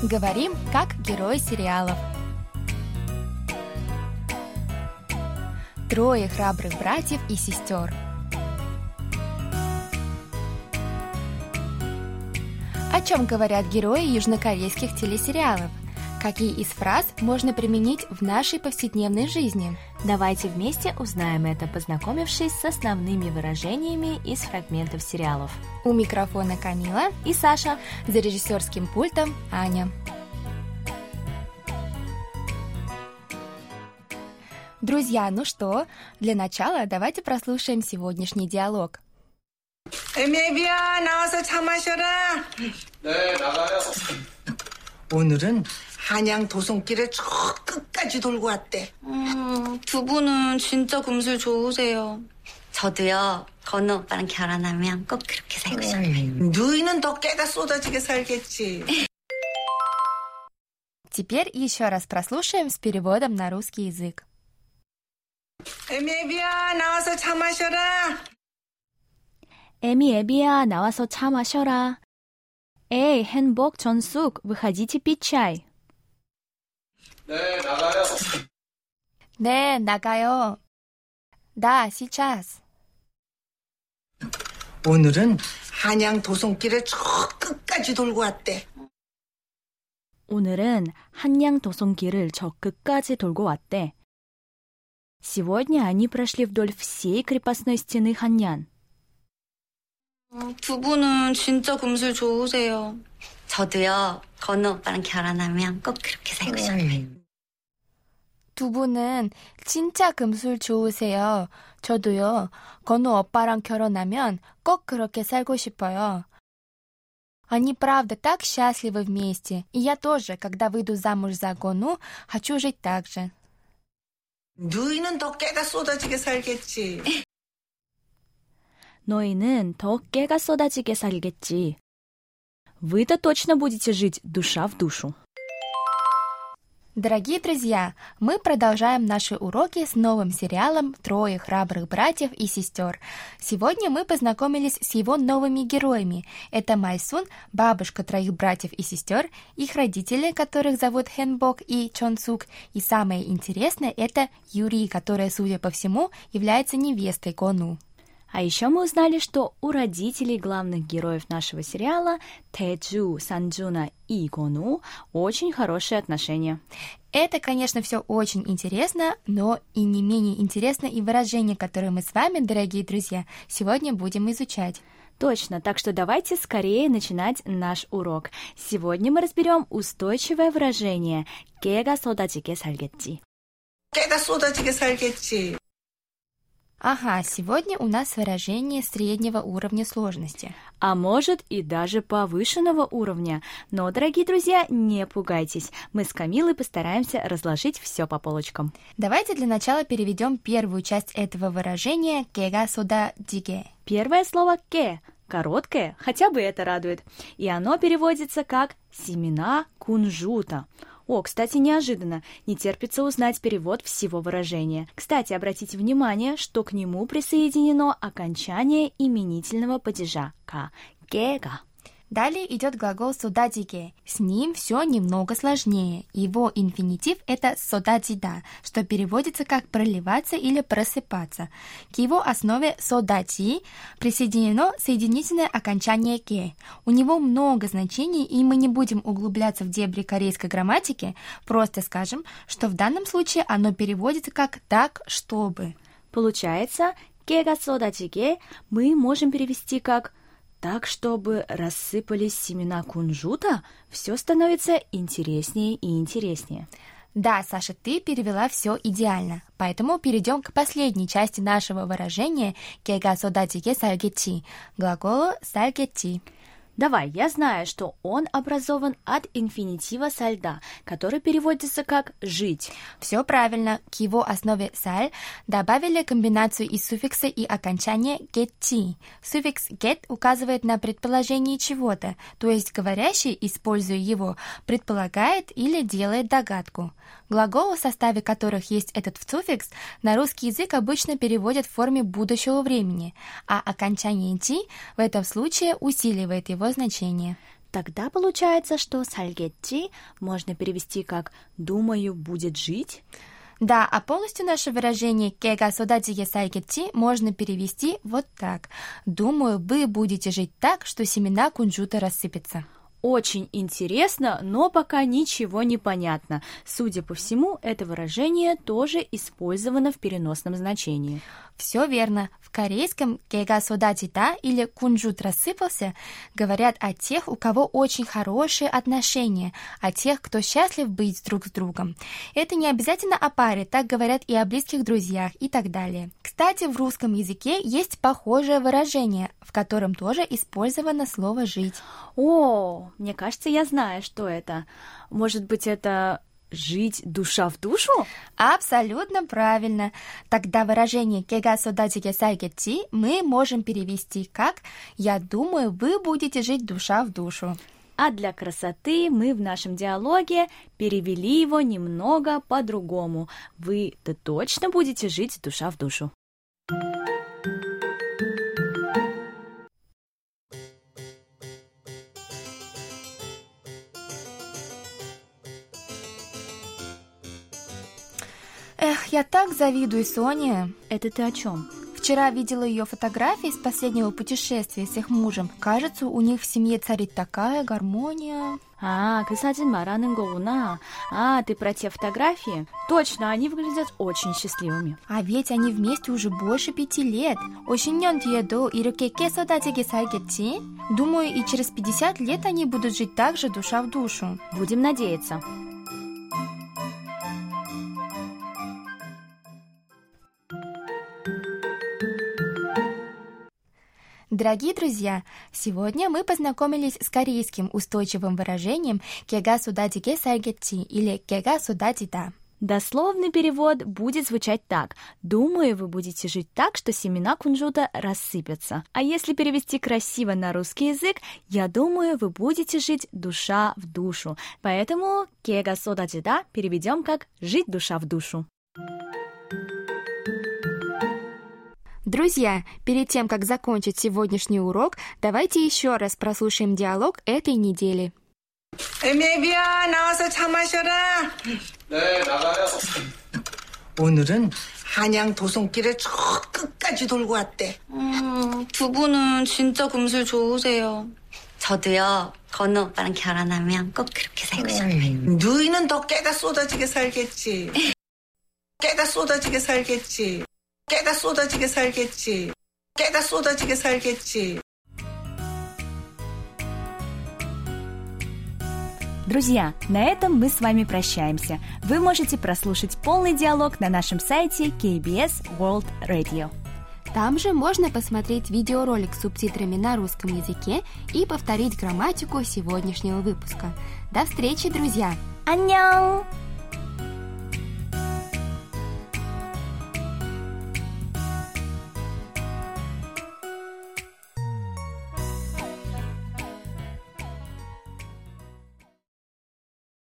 Говорим, как герои сериалов. Трое храбрых братьев и сестер. О чем говорят герои южнокорейских телесериалов? Какие из фраз можно применить в нашей повседневной жизни? Давайте вместе узнаем это, познакомившись с основными выражениями из фрагментов сериалов. У микрофона Камила и Саша. За режиссерским пультом Аня. Друзья, ну что, для начала давайте прослушаем сегодняшний диалог. 애미야 나와서 차 마셔라. 네, 나가요. 오늘은 한양 도성길을 저 끝까지 돌고 왔대. 두 분은 진짜 금술 좋으세요. 저도요. 건우 오빠랑 결혼하면 꼭 그렇게 살고 싶어요. 너희는 더 깨가 쏟아지게 살겠지. Теперь еще раз прослушаем с переводом на русский язык. 애미야 나와서 차 마셔라. 애비야, 나와서 차 마셔라. Эй, Хэнбок, Чонсук, выходите пить чай. 네, 나가요. 네, 나가요. Да, сейчас. 오늘은 한양 도성길을 저 끝까지 돌고 왔대. 오늘은 한양 도성길을 저 끝까지 돌고 왔대. Сегодня они прошли вдоль всей крепостной стены Ханьян. 두 분은 진짜 금술 좋으세요. 저도요. 건우 오빠랑 결혼하면 꼭 그렇게 살고 싶어요. 두 분은 진짜 금술 좋으세요. 저도요. 건우 오빠랑 결혼하면 꼭 그렇게 살고 싶어요. Они правда так счастливы вместе. И я тоже, когда выйду замуж за Гону, хочу жить так же. 너희는 더 깨가 쏟아지게 살겠지. 너희는 더 깨가 쏟아지게 살겠지. Вы-то точно будете жить душа в душу. Дорогие друзья, мы продолжаем наши уроки с новым сериалом «Трое храбрых братьев и сестер». Сегодня мы познакомились с его новыми героями. Это Майсун, бабушка троих братьев и сестер, их родители, которых зовут Хэнбок и Чонсук. И самое интересное – это Юри, которая, судя по всему, является невестой Гону. А еще мы узнали, что у родителей главных героев нашего сериала Тэджу, Санджуна и Гону очень хорошие отношения. Это, конечно, все очень интересно, но и не менее интересно и выражение, которое мы с вами, дорогие друзья, сегодня будем изучать. Точно, так что давайте скорее начинать наш урок. Сегодня мы разберем устойчивое выражение «깨가 쏟아지게 살겠지». 깨가 쏟아지게 살겠지. Ага, сегодня у нас выражение среднего уровня сложности. А может и даже повышенного уровня. Но, дорогие друзья, не пугайтесь. Мы с Камилой постараемся разложить все по полочкам. Давайте для начала переведем первую часть этого выражения «깨가 쏟아지게». Первое слово «ке» короткое, хотя бы это радует. И оно переводится как «семена кунжута». О, кстати, неожиданно, не терпится узнать перевод всего выражения. Кстати, обратите внимание, что к нему присоединено окончание именительного падежа «ка» – «кега». Далее идет глагол «쏟아지게». С ним все немного сложнее. Его инфинитив – это «쏟아지다», что переводится как «проливаться» или «просыпаться». К его основе «쏟ати» присоединено соединительное окончание «ке». У него много значений, и мы не будем углубляться в дебри корейской грамматики, просто скажем, что в данном случае оно переводится как «так, чтобы». Получается, «깨가 쏟아지게» мы можем перевести как «так, чтобы рассыпались семена кунжута», все становится интереснее и интереснее. Да, Саша, ты перевела все идеально. Поэтому перейдем к последней части нашего выражения «깨가 쏟아지게 살겠지», глаголу «살겠지». Давай, я знаю, что он образован от инфинитива «сальда», который переводится как «жить». Все правильно. К его основе «саль» добавили комбинацию из суффикса и окончания «getти». Суффикс «get» указывает на предположение чего-то, то есть говорящий, используя его, предполагает или делает догадку. Глаголы, в составе которых есть этот суффикс, на русский язык обычно переводят в форме будущего времени, а окончание «ти» в этом случае усиливает его значение. Тогда получается, что 살겠지 можно перевести как «думаю, будет жить». Да, а полностью наше выражение «걔가 쏟아지게 살겠지» можно перевести вот так. Думаю, вы будете жить так, что семена кунжута рассыпятся. Очень интересно, но пока ничего не понятно. Судя по всему, это выражение тоже использовано в переносном значении. Все верно. В корейском «걔가 쏟아지다» или «кунжут рассыпался» говорят о тех, у кого очень хорошие отношения, о тех, кто счастлив быть друг с другом. Это не обязательно о паре, так говорят и о близких друзьях и так далее. Кстати, в русском языке есть похожее выражение, в котором тоже использовано слово «жить». О, мне кажется, я знаю, что это. Может быть, это «жить душа в душу»? Абсолютно правильно. Тогда выражение «걔가 쏟아지게 살겠지» мы можем перевести как «я думаю, вы будете жить душа в душу». А для красоты мы в нашем диалоге перевели его немного по-другому. Вы-то точно будете жить душа в душу. Эх, я так завидую Соне. Это ты о чем? Вчера видела ее фотографии с последнего путешествия с их мужем. Кажется, у них в семье царит такая гармония. 그 사진 말하는 거구나. Ты про те фотографии? Точно, они выглядят очень счастливыми. А ведь они вместе уже больше 5 лет. 50년 뒤에도 이렇게 깨 쏟아지게 살겠지? Думаю, и через 50 лет они будут жить так же душа в душу. Будем надеяться. Дорогие друзья, сегодня мы познакомились с корейским устойчивым выражением «걔가 쏟아지게 살겠지» или «걔가 쏟아지다». Дословный перевод будет звучать так. Думаю, вы будете жить так, что семена кунжута рассыпятся. А если перевести красиво на русский язык, я думаю, вы будете жить душа в душу. Поэтому «걔가 쏟아지다» переведем как «жить душа в душу». Друзья, перед тем, как закончить сегодняшний урок, давайте еще раз прослушаем диалог этой недели. 에메비야 나와서 차 마셔라. 네, 나가요. 오늘은 한양 도성길에 저 끝까지 돌고 왔대. 두 분은 진짜 금술 좋으세요. 저도요. 건우 오빠랑 결혼하면 꼭 그렇게 살고 싶어요. 너희는 더 깨가 쏟아지게 살겠지. 깨가 쏟아지게 살겠지. 깨가 쏟아지게 살겠지. 깨가 쏟아지게 살겠지. Друзья, на этом мы с вами прощаемся. Вы можете прослушать полный диалог на нашем сайте KBS World Radio. Там же можно посмотреть видеоролик с субтитрами на русском языке и повторить грамматику сегодняшнего выпуска. До встречи, друзья! 안녕!